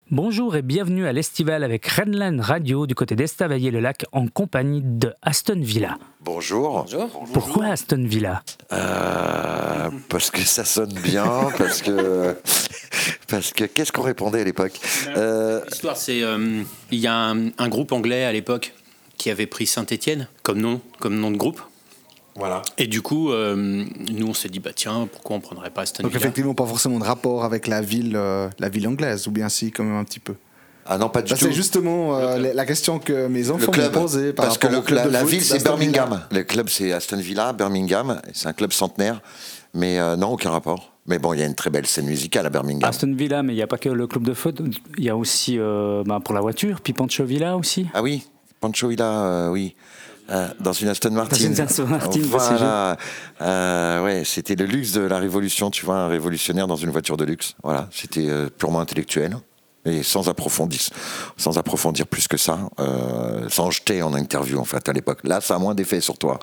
Bonjour et bienvenue à l'Estival avec Rennes Radio du côté d'Estavayer-le-Lac en compagnie de Aston Villa. Bonjour. Pourquoi Aston Villa ? Parce que ça sonne bien, parce que qu'est-ce qu'on répondait à l'époque ? L'histoire, c'est il y a un groupe anglais à l'époque qui avait pris Saint-Étienne comme nom de groupe. Voilà. Et du coup, nous on s'est dit tiens, pourquoi on prendrait pas Aston Villa ? Donc effectivement, pas forcément de rapport avec la ville anglaise, ou bien si, quand même un petit peu. Ah non, pas du tout. C'est justement la question que mes enfants m'ont posée. Parce que la ville, c'est Birmingham. Le club, c'est Aston Villa, Birmingham. C'est un club centenaire. Mais non, aucun rapport. Mais bon, il y a une très belle scène musicale à Birmingham. Aston Villa, mais il n'y a pas que le club de foot. Il y a aussi pour la voiture, puis Pancho Villa aussi. Ah oui, Pancho Villa, oui. Dans une Aston Martin. Dans une Aston Martin, voilà. Ouais, c'était le luxe de la Révolution, tu vois, un révolutionnaire dans une voiture de luxe. Voilà, c'était purement intellectuel. Et sans approfondir plus que ça, sans jeter en interview en fait à l'époque. Là, ça a moins d'effet sur toi.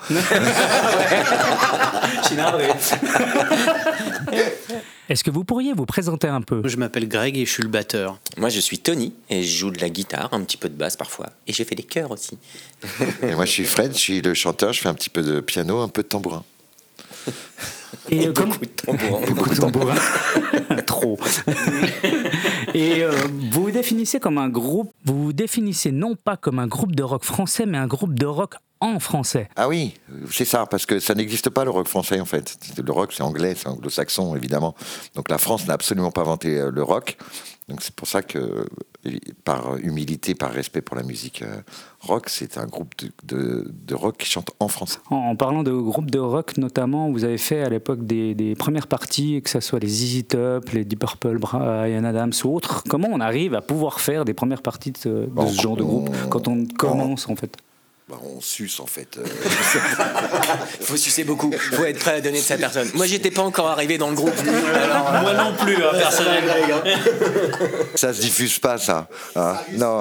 Est-ce que vous pourriez vous présenter un peu ? Je m'appelle Greg et je suis le batteur. Moi, je suis Tony et je joue de la guitare, un petit peu de basse parfois. Et j'ai fait des chœurs aussi. Et moi, je suis Fred, je suis le chanteur, je fais un petit peu de piano, un peu de tambourin. Et beaucoup de tambourins. Beaucoup de tambourins. Trop. Et vous vous définissez comme un groupe, vous vous définissez non pas comme un groupe de rock français, mais un groupe de rock en français. Ah oui, c'est ça, parce que ça n'existe pas le rock français en fait. Le rock c'est anglais, c'est anglo-saxon évidemment. Donc la France n'a absolument pas inventé le rock. Donc c'est pour ça que, par humilité, par respect pour la musique rock, c'est un groupe de rock qui chante en français. En parlant de groupe de rock notamment, vous avez fait à l'époque des premières parties, que ce soit les ZZ Top, les Deep Purple, Bryan Adams ou autres. Comment on arrive à pouvoir faire des premières parties de ce genre de groupe quand on commence en fait ? On suce en fait. Faut sucer beaucoup. Faut être prêt à donner de sa personne. Moi, j'étais pas encore arrivé dans le groupe. Alors, moi non plus, personnellement. Ça se diffuse pas, ça. Non.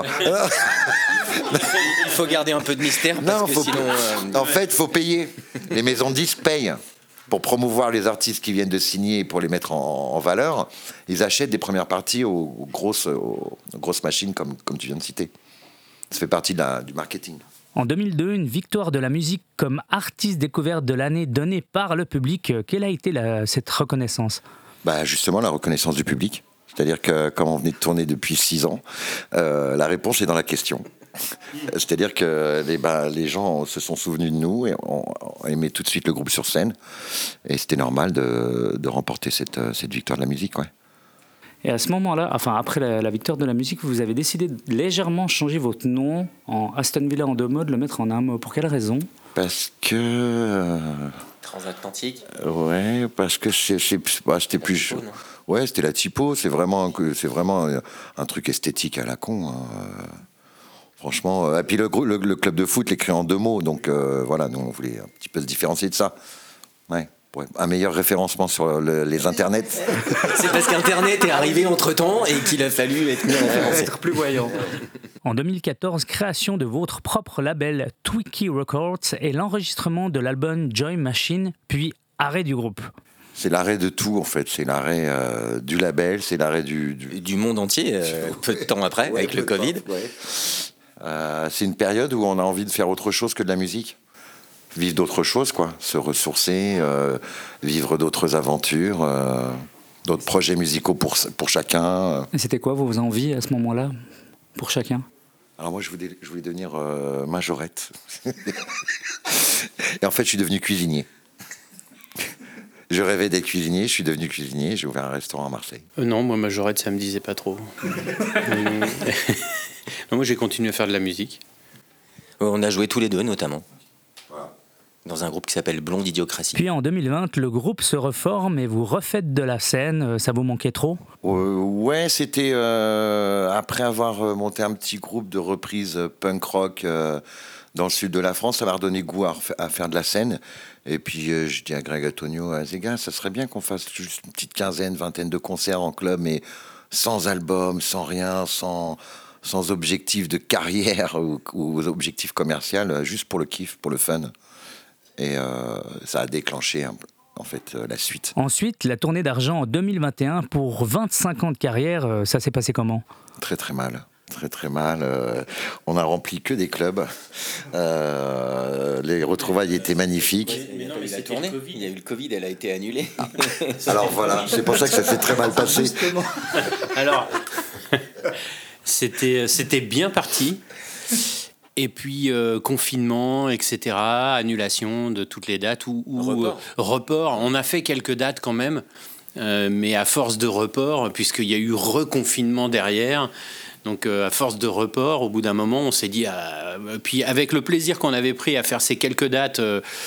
Il faut garder un peu de mystère parce que sinon. En fait, faut payer. Les maisons de disques payent pour promouvoir les artistes qui viennent de signer et pour les mettre en valeur. Ils achètent des premières parties aux grosses machines comme tu viens de citer. Ça fait partie du marketing. En 2002, une victoire de la musique comme artiste découverte de l'année donnée par le public. Quelle a été cette reconnaissance ? Justement, la reconnaissance du public. C'est-à-dire que, comme on venait de tourner depuis 6 ans, la réponse est dans la question. C'est-à-dire que les gens se sont souvenus de nous et ont aimé tout de suite le groupe sur scène. Et c'était normal de remporter cette victoire de la musique, ouais. Et à ce moment-là, après la victoire de la musique, vous avez décidé de légèrement changer votre nom en Aston Villa en 2 mots, de le mettre en un mot. Pour quelle raison ? Parce que... Transatlantique. Ouais, parce que c'était plus... Ouais, c'était la typo. C'est vraiment un truc esthétique à la con. Franchement. Et puis le club de foot l'écrit en 2 mots. Donc voilà, nous on voulait un petit peu se différencier de ça. Ouais. Un meilleur référencement sur les internets. C'est parce qu'Internet est arrivé entre-temps et qu'il a fallu être mis en référence. Être plus voyant. En 2014, création de votre propre label Twiki Records et l'enregistrement de l'album Joy Machine, puis arrêt du groupe. C'est l'arrêt de tout en fait, c'est l'arrêt du label, c'est l'arrêt du monde entier, peu de temps après, avec le Covid. C'est une période où on a envie de faire autre chose que de la musique. Vivre d'autres choses, quoi. Se ressourcer, vivre d'autres aventures, d'autres projets musicaux pour chacun. Et c'était quoi vos envies à ce moment-là, pour chacun ? Alors moi, je voulais devenir majorette. Et en fait, je suis devenu cuisinier. Je rêvais d'être cuisinier, je suis devenu cuisinier, j'ai ouvert un restaurant à Marseille. Non, moi, majorette, ça me disait pas trop. Moi, j'ai continué à faire de la musique. On a joué tous les deux, notamment. Dans un groupe qui s'appelle Blonde Idiocratie. Puis en 2020, le groupe se reforme et vous refaites de la scène. Ça vous manquait trop ? Ouais, c'était après avoir monté un petit groupe de reprise punk rock dans le sud de la France, ça m'a redonné goût à faire de la scène. Et puis je dis à Greg Antonio, les gars, ça serait bien qu'on fasse juste une petite vingtaine de concerts en club, mais sans album, sans rien, sans objectif de carrière ou objectif commercial, juste pour le kiff, pour le fun. Et ça a déclenché en fait, la suite. Ensuite, la tournée d'argent en 2021 pour 25 ans de carrière, ça s'est passé comment ? Très très mal. Très très mal. On a rempli que des clubs. Les retrouvailles étaient magnifiques. Mais non, mais la tournée, il y a eu le Covid, elle a été annulée. Alors voilà, c'est pour ça que ça s'est très mal passé. Alors, c'était bien parti. Et puis confinement, etc., annulation de toutes les dates ou report. On a fait quelques dates quand même, mais à force de report, puisqu'il y a eu reconfinement derrière. Donc à force de report, au bout d'un moment, on s'est dit, puis avec le plaisir qu'on avait pris à faire ces quelques dates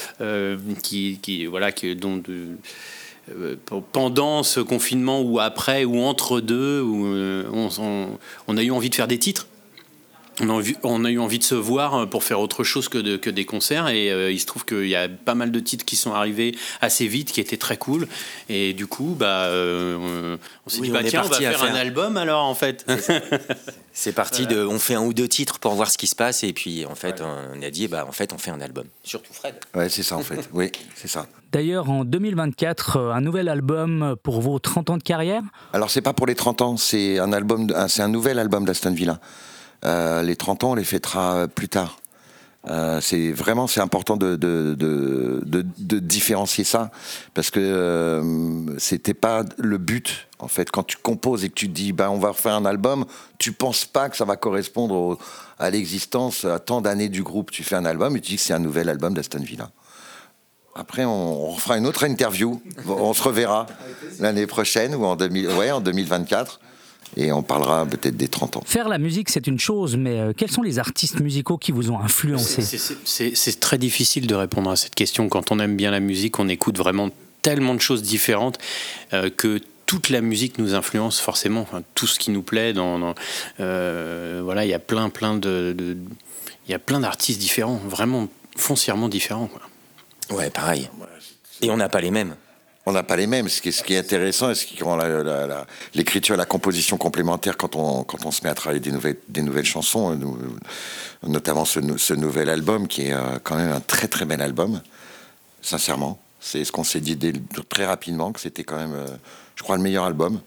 pendant ce confinement ou après ou entre deux, où on a eu envie de faire des titres. On a eu envie de se voir pour faire autre chose que des concerts, et il se trouve qu'il y a pas mal de titres qui sont arrivés assez vite, qui étaient très cool, et du coup on s'est dit tiens, on va faire un album alors en fait. C'est parti on fait un ou deux titres pour voir ce qui se passe, et puis en fait on a dit en fait on fait un album. Surtout Fred. Ouais, c'est ça en fait. Oui, c'est ça. D'ailleurs, en 2024, un nouvel album pour vos 30 ans de carrière ? Alors c'est pas pour les 30 ans, c'est un nouvel album d'Aston Villa. Les 30 ans, on les fêtera plus tard. C'est important de différencier ça, parce que c'était pas le but. En fait, quand tu composes et que tu te dis on va refaire un album, tu penses pas que ça va correspondre à l'existence à tant d'années du groupe. Tu fais un album et tu dis que c'est un nouvel album d'Aston Villa. Après, on fera une autre interview. On se reverra l'année prochaine ou en 2024. Et on parlera peut-être des 30 ans. Faire la musique, c'est une chose, mais quels sont les artistes musicaux qui vous ont influencé ? C'est très difficile de répondre à cette question. Quand on aime bien la musique, on écoute vraiment tellement de choses différentes que toute la musique nous influence forcément. Enfin, tout ce qui nous plaît, il y a plein d'artistes différents, vraiment foncièrement différents, quoi. Ouais, pareil. Et on n'a pas les mêmes. On n'a pas les mêmes. Ce qui est intéressant et ce qui rend l'écriture et la composition complémentaires quand on se met à travailler des nouvelles chansons, notamment ce nouvel album qui est quand même un très très bel album, sincèrement. C'est ce qu'on s'est dit très rapidement, que c'était quand même, je crois, le meilleur album.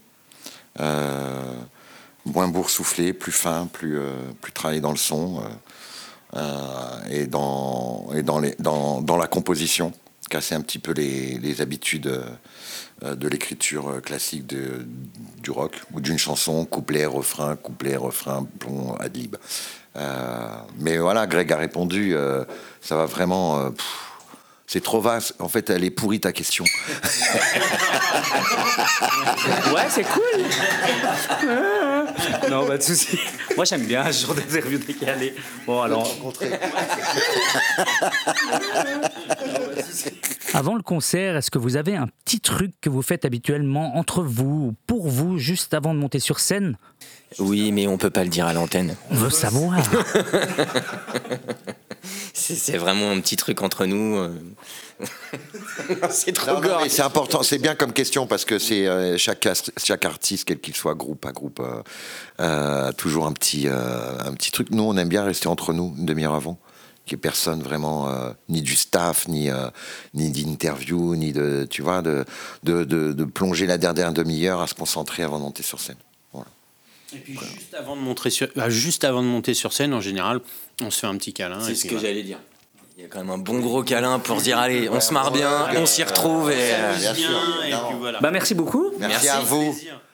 Moins boursouflé, plus fin, plus travaillé dans le son et dans la composition. Casser un petit peu les habitudes de l'écriture classique du rock ou d'une chanson, couplet, refrain, plomb, ad-lib. Mais voilà, Greg a répondu, ça va vraiment... c'est trop vaste. En fait, elle est pourrie ta question. Ouais, c'est cool. Non, pas de souci. Moi, j'aime bien ce genre d'interview décalée. Bon, alors. Avant le concert, est-ce que vous avez un petit truc que vous faites habituellement entre vous ou pour vous, juste avant de monter sur scène ? Oui, mais on peut pas le dire à l'antenne. On veut savoir. C'est vraiment un petit truc entre nous. C'est trop gore. C'est important, c'est bien comme question, parce que c'est chaque artiste, quel qu'il soit, groupe à groupe, toujours un petit truc. Nous, on aime bien rester entre nous une demi-heure avant, qu'il n'y ait personne vraiment, ni du staff, ni d'interview, ni de plonger la dernière demi-heure à se concentrer avant de monter sur scène. Voilà. Et puis juste avant de monter sur scène, en général, on se fait un petit câlin. C'est ce que j'allais dire. Il y a quand même un bon gros câlin pour se dire allez, on se marre bien, on s'y retrouve et bien, et puis voilà. Merci beaucoup. Merci à vous. Plaisir.